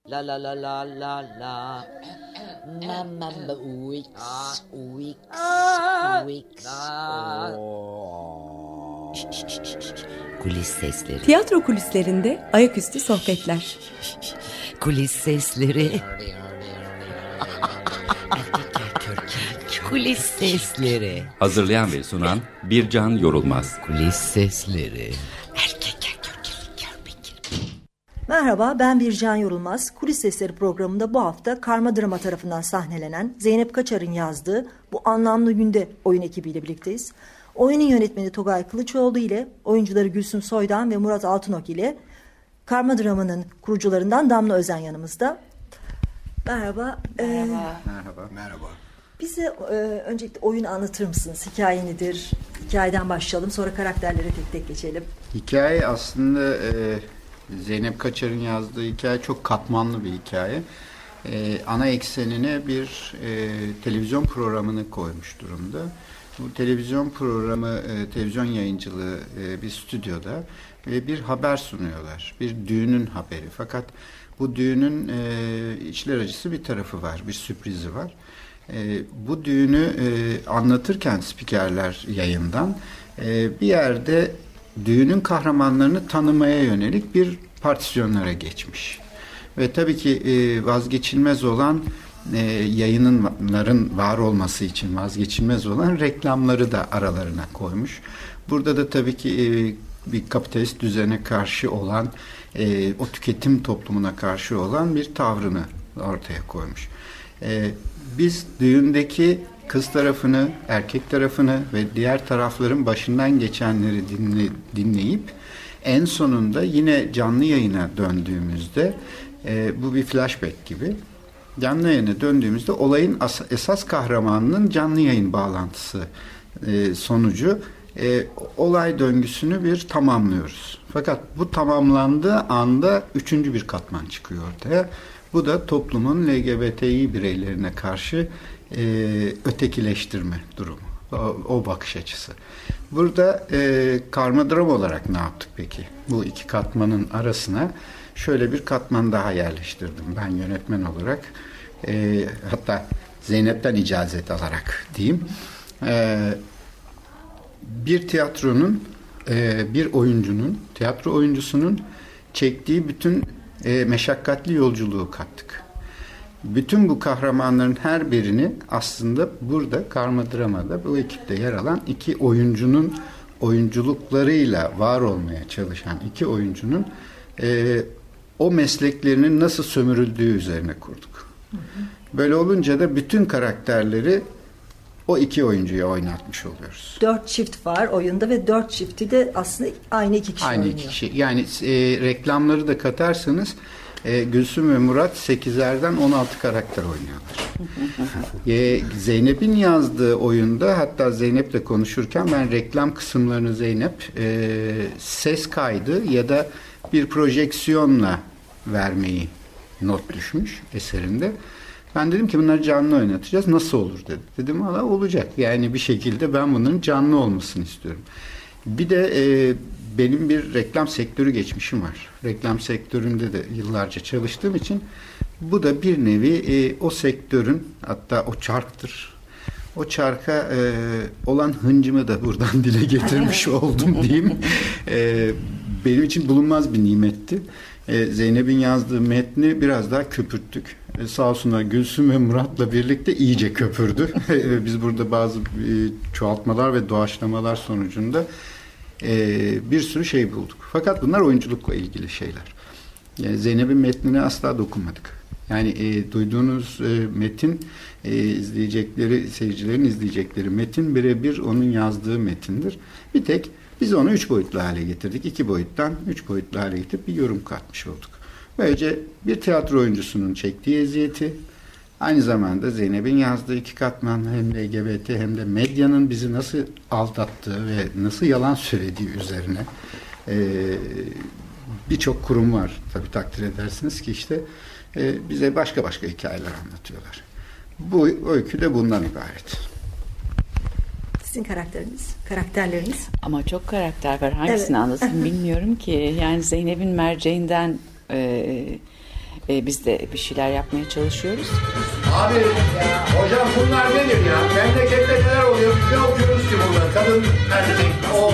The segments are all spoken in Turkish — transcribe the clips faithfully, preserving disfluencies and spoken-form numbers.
La la la la la la. Mama Wix Wix Wix. Kulis sesleri. Tiyatro kulislerinde ayaküstü sohbetler. Kulis sesleri. Kulis sesleri. Hazırlayan ve sunan Bircan Yorulmaz. Kulis sesleri. Merhaba, ben Bircan Yorulmaz. Kulis Sesleri programında bu hafta Karma Drama tarafından sahnelenen Zeynep Kaçar'ın yazdığı Bu Anlamlı Günde oyun ekibiyle birlikteyiz. Oyunun yönetmeni Togay Kılıçoğlu ile oyuncuları Gülsüm Soydan ve Murat Altınok ile Karma Drama'nın kurucularından Damla Özen yanımızda. Merhaba. Merhaba. Ee, Merhaba. Merhaba. Bize e, öncelikle oyunu anlatır mısınız? Hikaye nedir? Hikayeden başlayalım, sonra karakterlere tek tek geçelim. Hikaye aslında e, Zeynep Kaçar'ın yazdığı hikaye çok katmanlı bir hikaye. E, ana eksenine bir e, televizyon programını koymuş durumda. Bu televizyon programı, e, televizyon yayıncılığı e, bir stüdyoda ve bir haber sunuyorlar. Bir düğünün haberi. Fakat bu düğünün e, içler acısı bir tarafı var, bir sürprizi var. E, bu düğünü e, anlatırken spikerler yayından e, bir yerde düğünün kahramanlarını tanımaya yönelik bir partisyonlara geçmiş. Ve tabii ki e, vazgeçilmez olan e, yayınların var olması için vazgeçilmez olan reklamları da aralarına koymuş. Burada da tabii ki e, bir kapitalist düzene karşı olan, e, o tüketim toplumuna karşı olan bir tavrını ortaya koymuş. E, biz düğündeki kız tarafını, erkek tarafını ve diğer tarafların başından geçenleri dinle, dinleyip en sonunda yine canlı yayına döndüğümüzde e, bu bir flashback gibi canlı yayına döndüğümüzde olayın as, esas kahramanının canlı yayın bağlantısı e, sonucu e, olay döngüsünü bir tamamlıyoruz. Fakat bu tamamlandığı anda üçüncü bir katman çıkıyor ortaya. Bu da toplumun L G B T İ bireylerine karşı e, ötekileştirme durumu. O, o bakış açısı. Burada e, karma drama olarak ne yaptık peki? Bu iki katmanın arasına şöyle bir katman daha yerleştirdim ben yönetmen olarak. E, hatta Zeynep'ten icazet alarak diyeyim. E, bir tiyatronun, e, bir oyuncunun, tiyatro oyuncusunun çektiği bütün e, meşakkatli yolculuğu kattık. Bütün bu kahramanların her birini aslında burada Karma Drama'da bu ekipte yer alan iki oyuncunun oyunculuklarıyla var olmaya çalışan iki oyuncunun e, o mesleklerinin nasıl sömürüldüğü üzerine kurduk. Hı hı. Böyle olunca da bütün karakterleri o iki oyuncuya oynatmış oluyoruz. Dört çift var oyunda ve dört çifti de aslında aynı iki kişi aynı oynuyor. Aynı iki kişi. Yani e, reklamları da katarsanız e, Gülsüm ve Murat sekizerden on altı karakter oynuyorlar. e, Zeynep'in yazdığı oyunda, hatta Zeynep'le konuşurken ben reklam kısımlarını Zeynep e, ses kaydı ya da bir projeksiyonla vermeyi not düşmüş eserinde. Ben dedim ki bunları canlı oynatacağız. Nasıl olur dedi. Dedim valla olacak. Yani bir şekilde ben bunların canlı olmasını istiyorum. Bir de e, benim bir reklam sektörü geçmişim var. Reklam sektöründe de yıllarca çalıştığım için bu da bir nevi e, o sektörün, hatta o çarktır. O çarka e, olan hıncımı da buradan dile getirmiş oldum diyeyim. E, benim için bulunmaz bir nimetti. E, Zeynep'in yazdığı metni biraz daha köpürttük. E, sağ olsunlar Gülsüm ve Murat'la birlikte iyice köpürdü. E, biz burada bazı e, çoğaltmalar ve doğaçlamalar sonucunda e, bir sürü şey bulduk. Fakat bunlar oyunculukla ilgili şeyler. Yani Zeynep'in metnine asla dokunmadık. Yani e, duyduğunuz e, metin, e, izleyecekleri, seyircilerin izleyecekleri metin birebir onun yazdığı metindir. Bir tek biz onu üç boyutlu hale getirdik. İki boyuttan üç boyutlu hale getirip bir yorum katmış olduk. Böylece bir tiyatro oyuncusunun çektiği eziyeti, aynı zamanda Zeynep'in yazdığı iki katmanlı hem L G B T hem de medyanın bizi nasıl aldattığı ve nasıl yalan söylediği üzerine e, birçok kurum var. Tabii takdir edersiniz ki işte e, bize başka başka hikayeler anlatıyorlar. Bu öykü de bundan ibaret. Sizin karakteriniz, karakterleriniz. Ama çok karakter var. Hangisini evet. anlatayım bilmiyorum ki. Yani Zeynep'in merceğinden e, E, biz de bir şeyler yapmaya çalışıyoruz. Abi hocam bunlar nedir ya? Memlekette neler oluyor? Biz ne okuyoruz ki burada? Kadın, erkek, o.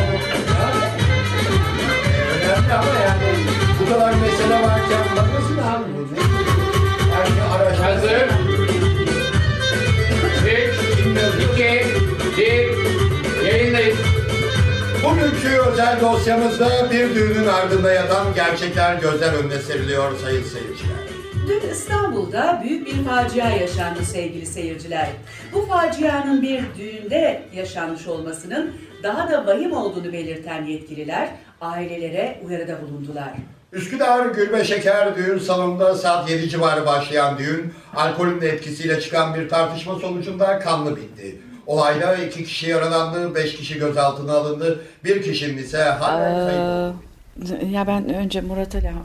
Önemli ama yani bu kadar mesele varken bakmasın abi. Her şey araştırma. Hazır. üç, iki, bir, yayındayız. Bugünkü özel dosyamızda bir düğünün ardında yatan gerçekler gözler önüne seriliyor sayın seyirciler. Dün İstanbul'da büyük bir facia yaşandı sevgili seyirciler. Bu facianın bir düğünde yaşanmış olmasının daha da vahim olduğunu belirten yetkililer ailelere uyarıda bulundular. Üsküdar Gül ve Şeker düğün salonunda saat yedi civarı başlayan düğün, alkolün de etkisiyle çıkan bir tartışma sonucunda kanlı bitti. Olayda iki kişi yaralandı, beş kişi gözaltına alındı, bir kişinin ise halen kayıp. Ya ben önce Murat'a... E,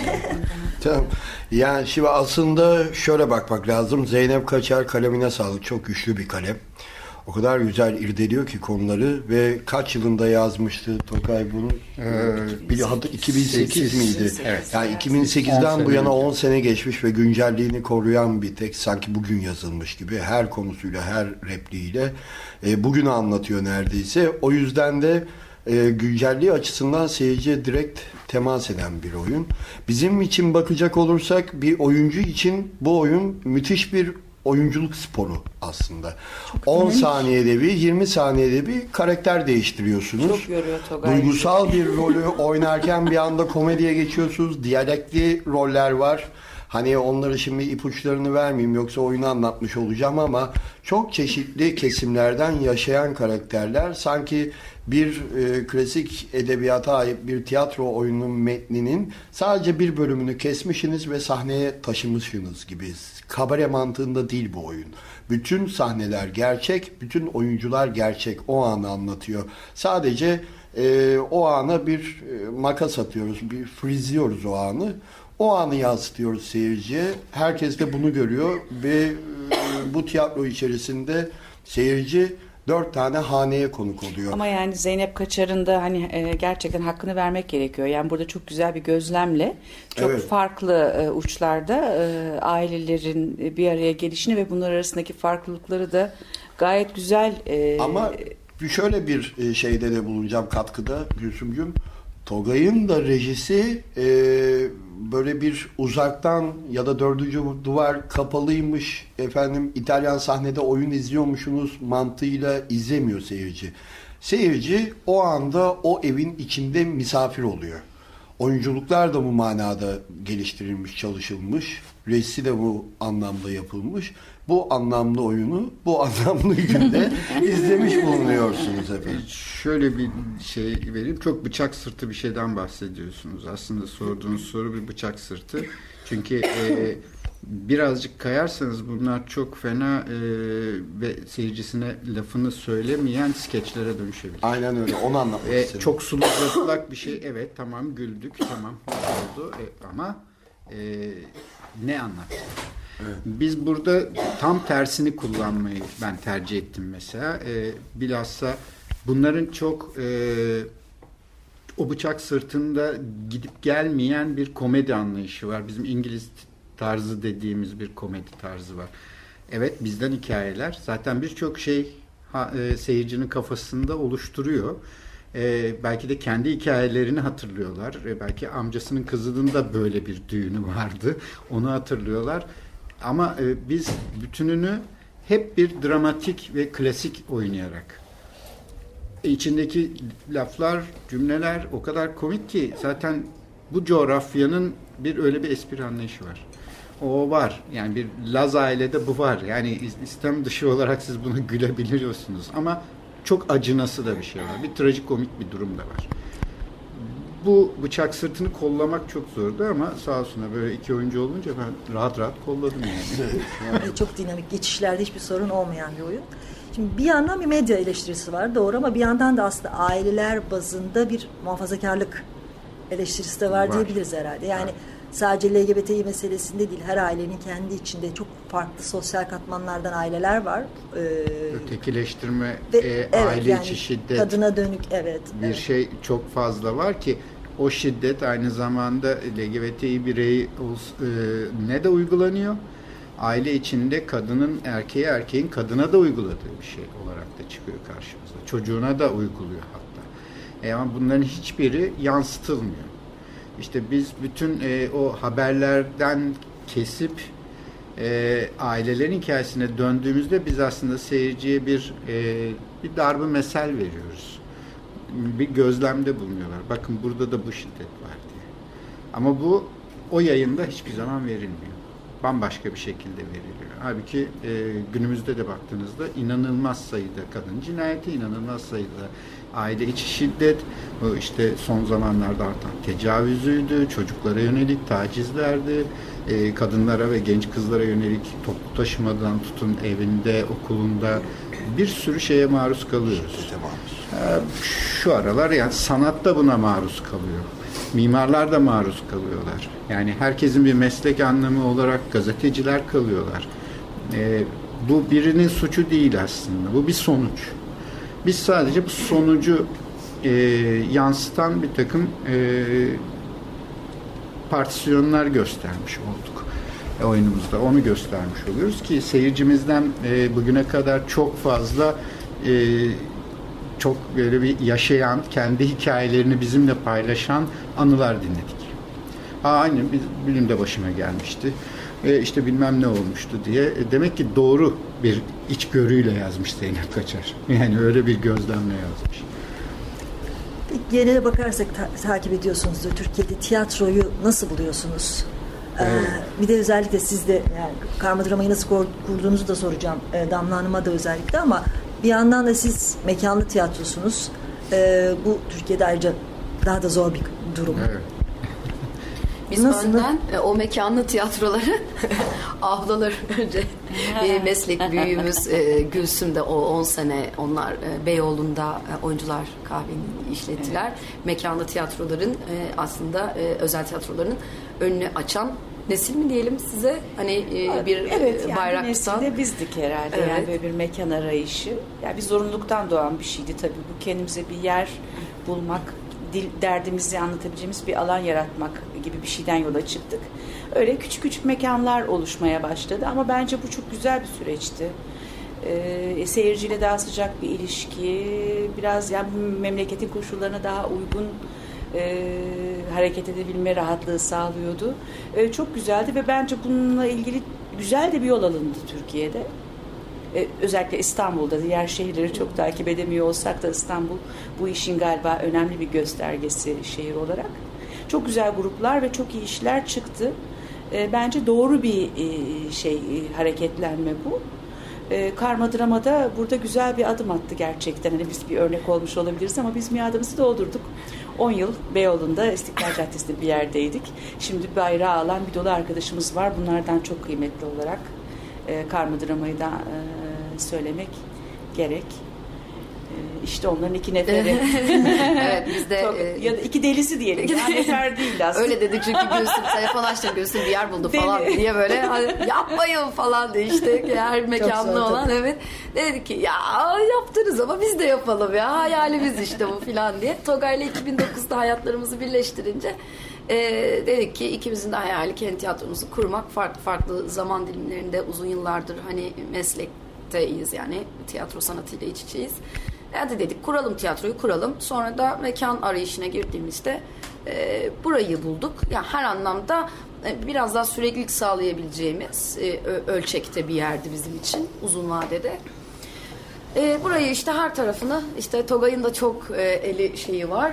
Tamam. Yani şimdi aslında şöyle bakmak lazım. Zeynep Kaçar kalemine sağlık. Çok güçlü bir kalem. O kadar güzel irdeliyor ki konuları ve kaç yılında yazmıştı Tokay bunu? Ee, bir adı iki bin sekiz miydi? Evet. Yani iki bin sekizden bu yana on sene geçmiş ve güncelliğini koruyan bir tek sanki bugün yazılmış gibi her konusuyla, her repliğiyle e, bugünü anlatıyor neredeyse. O yüzden de e, güncelliği açısından seyirciye direkt temas eden bir oyun. Bizim için bakacak olursak bir oyuncu için bu oyun müthiş bir oyunculuk sporu aslında. on saniyede bir, yirmi saniyede bir karakter değiştiriyorsunuz. Çok yoruyor Togay. Duygusal bir rolü oynarken bir anda komediye geçiyorsunuz. Diyalekli roller var. Hani onları şimdi ipuçlarını vermeyeyim yoksa oyunu anlatmış olacağım ama çok çeşitli kesimlerden yaşayan karakterler sanki bir e, klasik edebiyata ait bir tiyatro oyununun metninin sadece bir bölümünü kesmişsiniz ve sahneye taşımışsınız gibi. Kabare mantığında değil bu oyun. Bütün sahneler gerçek, bütün oyuncular gerçek. O anı anlatıyor. Sadece e, o ana bir e, makas atıyoruz, bir frizliyoruz o anı. O anı yansıtıyoruz seyirciye. Herkes de bunu görüyor ve e, bu tiyatro içerisinde seyirci dört tane haneye konuk oluyor. Ama yani Zeynep Kaçar'ın da hani e, gerçekten hakkını vermek gerekiyor. Yani burada çok güzel bir gözlemle çok evet. farklı e, uçlarda e, ailelerin bir araya gelişini ve bunlar arasındaki farklılıkları da gayet güzel. E, Ama şöyle bir şeyde de bulunacağım katkıda Gülsümcüğüm. Togay'ın da rejisi e, böyle bir uzaktan ya da dördüncü duvar kapalıymış efendim İtalyan sahnede oyun izliyormuşsunuz mantığıyla izlemiyor seyirci. Seyirci o anda o evin içinde misafir oluyor. Oyunculuklar da bu manada geliştirilmiş, çalışılmış. Rejisi de bu anlamda yapılmış. Bu anlamlı oyunu bu anlamlı günde izlemiş bulunuyorsunuz efendim. Şöyle bir şey vereyim. Çok bıçak sırtı bir şeyden bahsediyorsunuz. Aslında sorduğunuz soru bir bıçak sırtı. Çünkü e, birazcık kayarsanız bunlar çok fena e, ve seyircisine lafını söylemeyen skeçlere dönüşebilir. Aynen öyle. Onu anlatmak e, Çok suluklatılan bir şey. Evet tamam güldük. Tamam oldu. E, ama e, ne anlattı? Evet. Biz burada tam tersini kullanmayı ben tercih ettim mesela. E, bilhassa bunların çok e, o bıçak sırtında gidip gelmeyen bir komedi anlayışı var. Bizim İngiliz tarzı dediğimiz bir komedi tarzı var. Evet bizden hikayeler. Zaten birçok şey ha, e, seyircinin kafasında oluşturuyor. E, belki de kendi hikayelerini hatırlıyorlar. E, belki amcasının kızının da böyle bir düğünü vardı. Onu hatırlıyorlar. Ama e, biz bütününü hep bir dramatik ve klasik oynayarak. E, içindeki laflar, cümleler o kadar komik ki zaten bu coğrafyanın bir öyle bir espri anlayışı var. O var. Yani bir Laz ailede bu var. Yani istem dışı olarak siz buna gülebiliyorsunuz. Ama çok acınası da bir şey var. Bir trajikomik bir durum da var. Bu bıçak sırtını kollamak çok zordu ama sağ olsunlar böyle iki oyuncu olunca ben rahat rahat kolladım yani. yani çok dinamik, geçişlerde hiçbir sorun olmayan bir oyun. Şimdi bir yandan bir medya eleştirisi var doğru ama bir yandan da aslında aileler bazında bir muhafazakarlık eleştirisi de var, var. diyebiliriz herhalde. Yani var. Sadece L G B T İ meselesinde değil, her ailenin kendi içinde çok farklı sosyal katmanlardan aileler var. Ee, Ötekileştirme, ve, e, evet, aile yani içi şiddet. Kadına dönük, evet. Bir evet. şey çok fazla var ki o şiddet aynı zamanda L G B T birey e, ne de uygulanıyor. Aile içinde kadının erkeğe, erkeğin kadına da uyguladığı bir şey olarak da çıkıyor karşımıza. Çocuğuna da uyguluyor hatta. E ama bunların hiçbiri yansıtılmıyor. İşte biz bütün e, o haberlerden kesip e, ailelerin hikayesine döndüğümüzde biz aslında seyirciye bir e, bir darbe mesel veriyoruz. Bir gözlemde bulunuyorlar. Bakın burada da bu şiddet var diye. Ama bu o yayında hiçbir zaman verilmiyor. Bambaşka bir şekilde veriliyor. Halbuki e, günümüzde de baktığınızda inanılmaz sayıda kadın cinayeti, inanılmaz sayıda aile içi şiddet, o işte son zamanlarda artan tecavüzüydü, çocuklara yönelik tacizlerdi, e, kadınlara ve genç kızlara yönelik toplu taşımadan tutun evinde, okulunda bir sürü şeye maruz kalıyoruz. E, şu aralar yani sanatta buna maruz kalıyor. Mimarlar da maruz kalıyorlar. Yani herkesin bir meslek anlamı olarak gazeteciler kalıyorlar. E, bu birinin suçu değil aslında. Bu bir sonuç. Biz sadece bu sonucu e, yansıtan bir takım e, partisyonlar göstermiş olduk e, oyunumuzda. Onu göstermiş oluyoruz ki seyircimizden e, bugüne kadar çok fazla e, çok böyle bir yaşayan, kendi hikayelerini bizimle paylaşan anılar dinledik. Aa, aynen benim de başıma gelmişti. E, işte bilmem ne olmuştu diye. E, demek ki doğru bir içgörüyle yazmış Zeynep Kaçar. Yani öyle bir gözlemle yazmış. Genele bakarsak ta- takip ediyorsunuzdur. Türkiye'de tiyatroyu nasıl buluyorsunuz? Evet. Ee, bir de özellikle siz de yani karma dramayı nasıl kurduğunuzu da soracağım. Ee, Damla Hanım'a da özellikle ama bir yandan da siz mekanlı tiyatrosunuz. Ee, bu Türkiye'de ayrıca daha da zor bir durum. Evet. Biz Nasıl? önden e, o mekanlı tiyatroları avlalar önce e, meslek büyüğümüz e, Gülsüm de o on sene onlar e, Beyoğlu'nda e, oyuncular kahveni işlettiler. Evet. Mekanlı tiyatroların e, aslında e, özel tiyatroların önünü açan nesil mi diyelim size? Hani e, bir evet, yani bayrak tutan. Evet, bizdik herhalde. Evet. Yani böyle bir mekan arayışı. Yani bir zorunluluktan doğan bir şeydi tabii. Bu kendimize bir yer bulmak, dil, derdimizi anlatabileceğimiz bir alan yaratmak gibi bir şeyden yola çıktık. Öyle küçük küçük mekanlar oluşmaya başladı ama bence bu çok güzel bir süreçti. Ee, seyirciyle daha sıcak bir ilişki, biraz yani memleketin koşullarına daha uygun e, hareket edebilme rahatlığı sağlıyordu. E, çok güzeldi ve bence bununla ilgili güzel de bir yol alındı Türkiye'de. Ee, özellikle İstanbul'da, diğer şehirleri çok takip edemiyor olsak da İstanbul bu işin galiba önemli bir göstergesi şehir olarak. Çok güzel gruplar ve çok iyi işler çıktı. E, bence doğru bir e, şey e, hareketlenme bu. E, Karma Drama'da burada güzel bir adım attı gerçekten. Hani biz bir örnek olmuş olabiliriz ama biz miadımızı doldurduk. on yıl Beyoğlu'nda İstiklal Caddesi'nde bir yerdeydik. Şimdi bayrağı alan bir dolu arkadaşımız var. Bunlardan çok kıymetli olarak e, Karma Drama'yı da e, söylemek gerek. İşte onların iki neferi. Evet biz de çok, e, ya da iki delisi diyelim. Ya nefer değil aslında. Öyle dedi çünkü Gülsüm telefon açtım, Gülsüm bir yer buldu falan Deli. diye böyle yapmayın falan diye işte her mekanlı olan evet. Dedik ki ya yaptınız ama biz de yapalım ya hayalimiz işte bu falan diye. Togay'la iki bin dokuzda hayatlarımızı birleştirince e, dedik ki ikimizin de hayali kendi tiyatromuzu kurmak, farklı farklı zaman dilimlerinde uzun yıllardır hani meslekteyiz yani tiyatro sanatıyla iç içeyiz. Hadi dedik kuralım tiyatroyu kuralım. Sonra da mekan arayışına girdiğimizde e, burayı bulduk. Yani her anlamda e, biraz daha süreklilik sağlayabileceğimiz e, ölçekte bir yerdi bizim için uzun vadede. E, burayı işte her tarafını işte Togay'ın da çok e, eli şeyi var.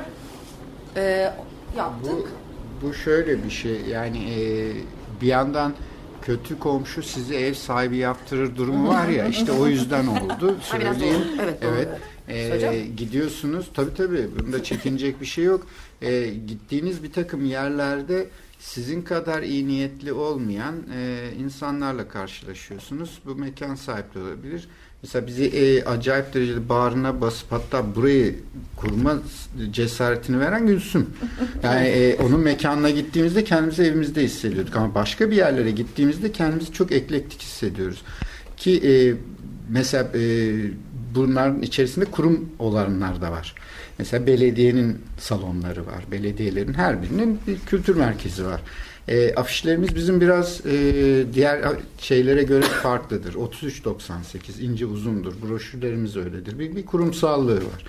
E, yaptık. Bu, bu şöyle bir şey yani e, bir yandan kötü komşu sizi ev sahibi yaptırır durumu var ya işte o yüzden oldu. Söyleyeyim. Evet. Evet. Ee, gidiyorsunuz tabii tabii bunda çekinecek bir şey yok. Ee, gittiğiniz bir takım yerlerde sizin kadar iyi niyetli olmayan e, insanlarla karşılaşıyorsunuz. Bu mekan sahipleri olabilir. Mesela bizi e, acayip derecede bağrına basıp hatta burayı kurma cesaretini veren Gülsüm. Yani e, onun mekanına gittiğimizde kendimizi evimizde hissediyorduk ama başka bir yerlere gittiğimizde kendimizi çok eklektik hissediyoruz. Ki e, mesela e, bunların içerisinde kurum olanlar da var. Mesela belediyenin salonları var. Belediyelerin her birinin bir kültür merkezi var. E, afişlerimiz bizim biraz e, diğer şeylere göre farklıdır. otuz üç doksan sekiz ince uzundur. Broşürlerimiz öyledir. Bir, bir kurumsallığı var.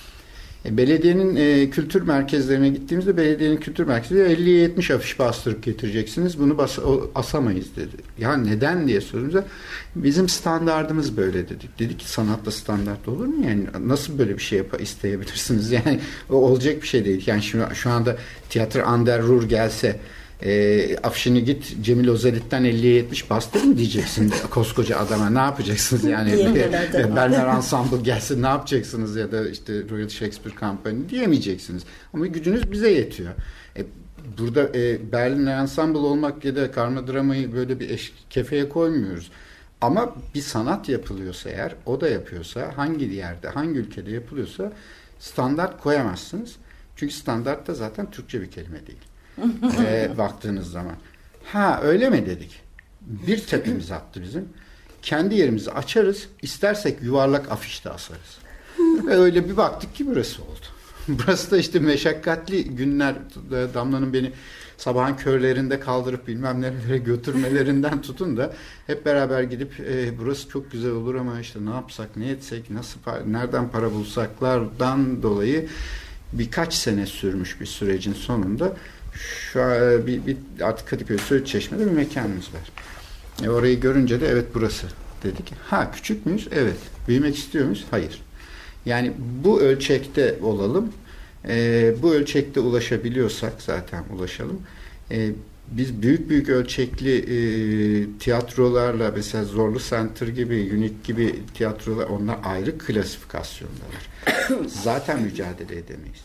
E, belediyenin e, kültür merkezlerine gittiğimizde belediyenin kültür merkezinde elliye yetmiş afiş bastırıp getireceksiniz. Bunu bas, o, asamayız dedi. Ya neden diye sorduğumuzda bizim standardımız böyle dedik. Dedik ki sanatla standart olur mu? Yani nasıl böyle bir şey yap isteyebilirsiniz? Yani o olacak bir şey değil. Yani şu, şu anda tiyatro Ander Ruhr gelse E, afişini git Cemil Özelit'ten elliye yetmiş bastır mı diyeceksin koskoca adama, ne yapacaksınız yani? Berner Ensemble gelsin ne yapacaksınız ya da işte Royal Shakespeare Company diyemeyeceksiniz. Ama gücünüz bize yetiyor. E, burada e, Berlin Ensemble olmak ya da karma dramayı böyle bir eş, kefeye koymuyoruz. Ama bir sanat yapılıyorsa eğer, o da yapıyorsa, hangi yerde, hangi ülkede yapılıyorsa standart koyamazsınız. Çünkü standart da zaten Türkçe bir kelime değil. e, baktığınız zaman. Ha öyle mi dedik? Bir tepemiz attı bizim. Kendi yerimizi açarız. İstersek yuvarlak afiş de asarız. Ve öyle bir baktık ki burası oldu. Burası da işte meşakkatli günler. Damla'nın beni sabahın körlerinde kaldırıp bilmem nerelere götürmelerinden tutun da hep beraber gidip e, burası çok güzel olur ama işte ne yapsak, ne etsek, nasıl nereden para bulsaklardan dolayı birkaç sene sürmüş bir sürecin sonunda şu an bir, bir artık Kadıköy Söğütçeşme'de bir mekanımız var. E orayı görünce de evet burası dedik. Ha küçük müyüz? Evet. Büyümek istiyor muyuz? Hayır. Yani bu ölçekte olalım. E, bu ölçekte ulaşabiliyorsak zaten ulaşalım. E, biz büyük büyük ölçekli e, tiyatrolarla mesela Zorlu Center gibi, Unique gibi tiyatrolar onlar ayrı klasifikasyondalar. Zaten mücadele edemeyiz.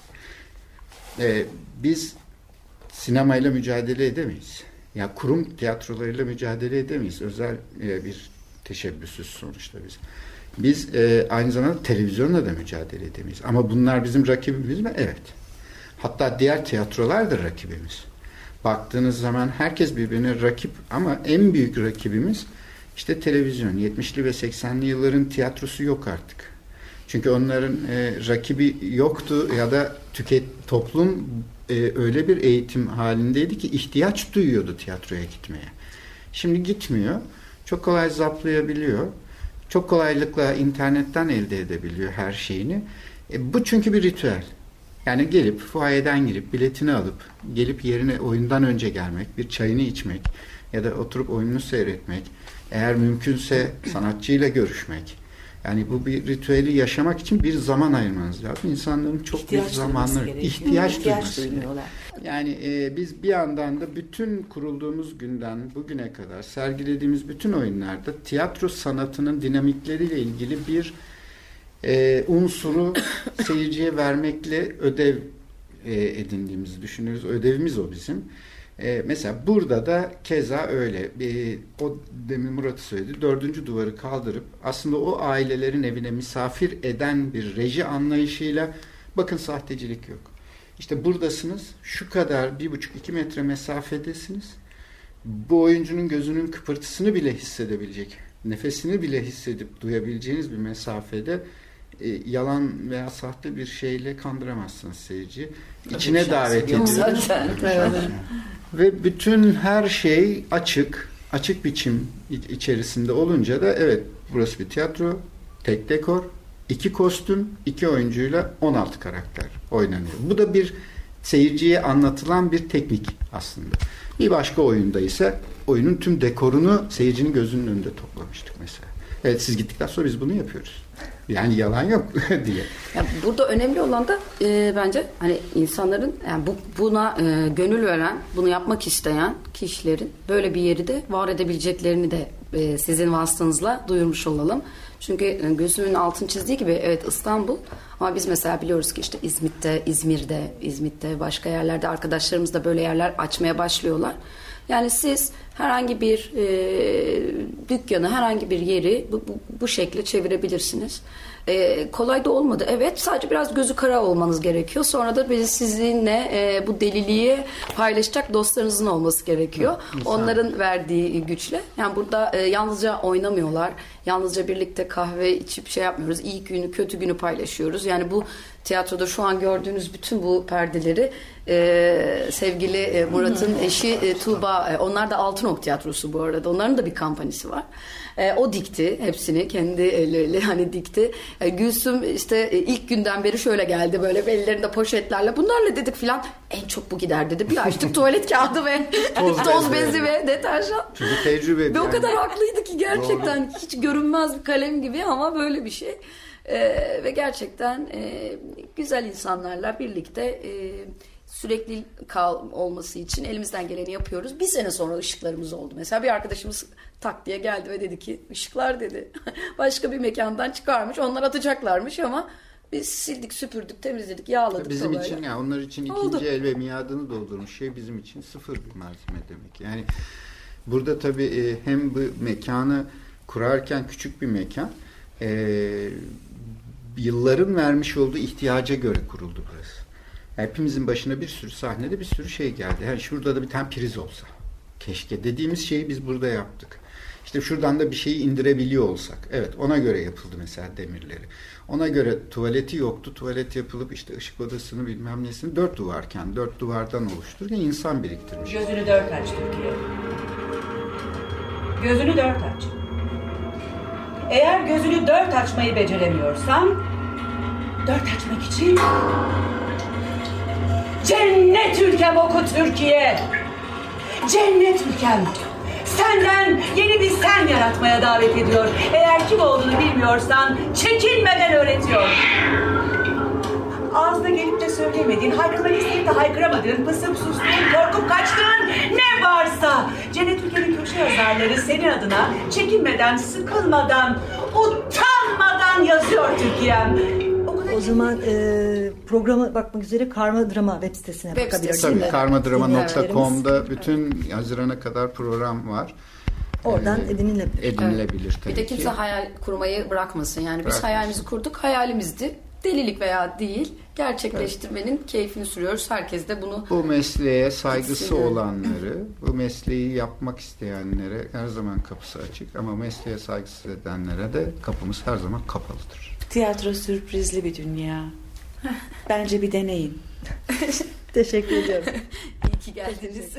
E, biz sinemayla mücadele edemeyiz. Yani kurum tiyatrolarıyla mücadele edemeyiz. Özel e, bir teşebbüsüz sonuçta biz. Biz e, aynı zamanda televizyonla da mücadele edemeyiz. Ama bunlar bizim rakibimiz mi? Evet. Hatta diğer tiyatrolar da rakibimiz. Baktığınız zaman herkes birbirine rakip ama en büyük rakibimiz işte televizyon. yetmişli ve seksenli yılların tiyatrosu yok artık. Çünkü onların e, rakibi yoktu ya da tüket toplum e, öyle bir eğitim halindeydi ki ihtiyaç duyuyordu tiyatroya gitmeye. Şimdi gitmiyor. Çok kolay zaplayabiliyor. Çok kolaylıkla internetten elde edebiliyor her şeyini. E, bu çünkü bir ritüel. Yani gelip fuayeden girip biletini alıp gelip yerine oyundan önce gelmek, bir çayını içmek ya da oturup oyununu seyretmek, eğer mümkünse sanatçıyla görüşmek. Yani bu bir ritüeli yaşamak için bir zaman ayırmanız lazım. İnsanların çok ihtiyaç bir zamanları ihtiyaç, ihtiyaç duyması. duymuyorlar. Yani e, biz bir yandan da bütün kurulduğumuz günden bugüne kadar sergilediğimiz bütün oyunlarda tiyatro sanatının dinamikleriyle ilgili bir e, unsuru seyirciye vermekle ödev e, edindiğimizi düşünüyoruz. Ödevimiz o bizim. E, mesela burada da keza öyle. E, o demin Murat'ı söyledi. Dördüncü duvarı kaldırıp aslında o ailelerin evine misafir eden bir reji anlayışıyla bakın sahtecilik yok. İşte buradasınız. Şu kadar bir buçuk iki metre mesafedesiniz. Bu oyuncunun gözünün kıpırtısını bile hissedebilecek, nefesini bile hissedip duyabileceğiniz bir mesafede e, yalan veya sahte bir şeyle kandıramazsınız seyirciyi. İçine davet ediyoruz. Ve bütün her şey açık, açık biçim içerisinde olunca da evet burası bir tiyatro, tek dekor, iki kostüm, iki oyuncuyla on altı karakter oynanıyor. Bu da bir seyirciye anlatılan bir teknik aslında. Bir başka oyunda ise oyunun tüm dekorunu seyircinin gözünün önünde toplamıştık mesela. Evet siz gittikten sonra biz bunu yapıyoruz. Yani yalan yok diye. Yani burada önemli olan da e, bence hani insanların yani bu buna e, gönül veren, bunu yapmak isteyen kişilerin böyle bir yeri de var edebileceklerini de e, sizin vasıtanızla duyurmuş olalım. Çünkü e, gözümün altını çizdiği gibi evet İstanbul ama biz mesela biliyoruz ki işte İzmit'te, İzmir'de, İzmit'te başka yerlerde arkadaşlarımız da böyle yerler açmaya başlıyorlar. Yani siz herhangi bir e, dükkanı, herhangi bir yeri bu, bu, bu şekilde çevirebilirsiniz. E, kolay da olmadı. Evet, sadece biraz gözü kara olmanız gerekiyor. Sonra da biz sizinle e, bu deliliği paylaşacak dostlarınızın olması gerekiyor. Hı, onların verdiği güçle. Yani burada e, yalnızca oynamıyorlar. Yalnızca birlikte kahve içip şey yapmıyoruz. İyi günü, kötü günü paylaşıyoruz. Yani bu tiyatroda şu an gördüğünüz bütün bu perdeleri e, sevgili e, Murat'ın eşi e, Tuğba, e, onlar da Altınok Tiyatrosu bu arada. Onların da bir kampanyası var. E, o dikti hepsini, kendi elleriyle hani dikti. E, Gülsüm işte e, ilk günden beri şöyle geldi, böyle ellerinde poşetlerle. Bunlarla dedik filan, en çok bu gider dedi. Bir açtık tuvalet kağıdı ve toz, toz bezi ve deterjan. Çünkü tecrübe. Ve yani. o kadar haklıydı ki gerçekten. Doğru. Hiç görünmez bir kalem gibi ama böyle bir şey. Ee, ve gerçekten e, güzel insanlarla birlikte e, sürekli kal olması için elimizden geleni yapıyoruz. Bir sene sonra ışıklarımız oldu. Mesela bir arkadaşımız tak diye geldi ve dedi ki ışıklar dedi başka bir mekandan çıkarmış. Onlar atacaklarmış ama biz sildik, süpürdük, temizledik, yağladık. Bizim dolayla. için ya onlar için ikinci oldu. El ve miadını doldurmuş şey bizim için sıfır bir malzeme demek. Yani burada tabii e, hem bu mekanı kurarken küçük bir mekan, e, yılların vermiş olduğu ihtiyaca göre kuruldu burası. Hepimizin başına bir sürü sahnede bir sürü şey geldi. Yani şurada da bir tane priz olsa. Keşke dediğimiz şeyi biz burada yaptık. İşte şuradan da bir şeyi indirebiliyor olsak. Evet, ona göre yapıldı mesela demirleri. Ona göre tuvaleti yoktu. Tuvalet yapılıp işte ışık odasını bilmem nesini dört duvarken, dört duvardan oluştururken insan biriktirmiş. Gözünü dört aç Türkiye. Gözünü dört aç. Eğer gözünü dört açmayı beceremiyorsan, dört açmak için cennet ülkem oku Türkiye. Cennet ülkem senden yeni bir sen yaratmaya davet ediyor. Eğer kim olduğunu bilmiyorsan çekinmeden öğretiyor. Ağzına gelip de söyleyemediğin, haykırmak isteyip de haykıramadığın, pısıp sustuğun, korkup kaçtığın ne varsa Cennet Ülke'nin köşe yazarları senin adına çekinmeden, sıkılmadan, utanmadan yazıyor Türkiye'm. O, o zaman e, programa bakmak üzere Karma Drama web sitesine web bakabilirsiniz. Tabii karma drama nokta com'da bütün Haziran'a kadar program var. Oradan ee, edinilebilir. Edinilebilir tabii Bir de kimse ki. hayal kurmayı bırakmasın. Yani biz Bırakmasın. hayalimizi kurduk, hayalimizdi. Delilik veya değil, gerçekleştirmenin evet. keyfini sürüyoruz. Herkes de bunu... Bu mesleğe saygısı Kesinlikle. olanları, bu mesleği yapmak isteyenlere her zaman kapısı açık. Ama mesleğe saygısız edenlere de kapımız her zaman kapalıdır. Tiyatro sürprizli bir dünya. Bence bir deneyin. Teşekkür ediyorum. İyi ki geldiniz.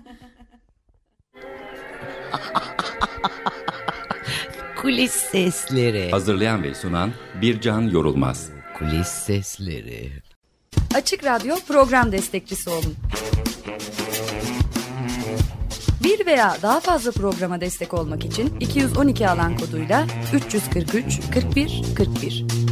Kulis sesleri. Hazırlayan ve sunan Bircan Yorulmaz. Kulis sesleri. Açık Radyo program destekçisi olun. Bir veya daha fazla programa destek olmak için iki yüz on iki alan koduyla üç yüz kırk üç kırk bir kırk bir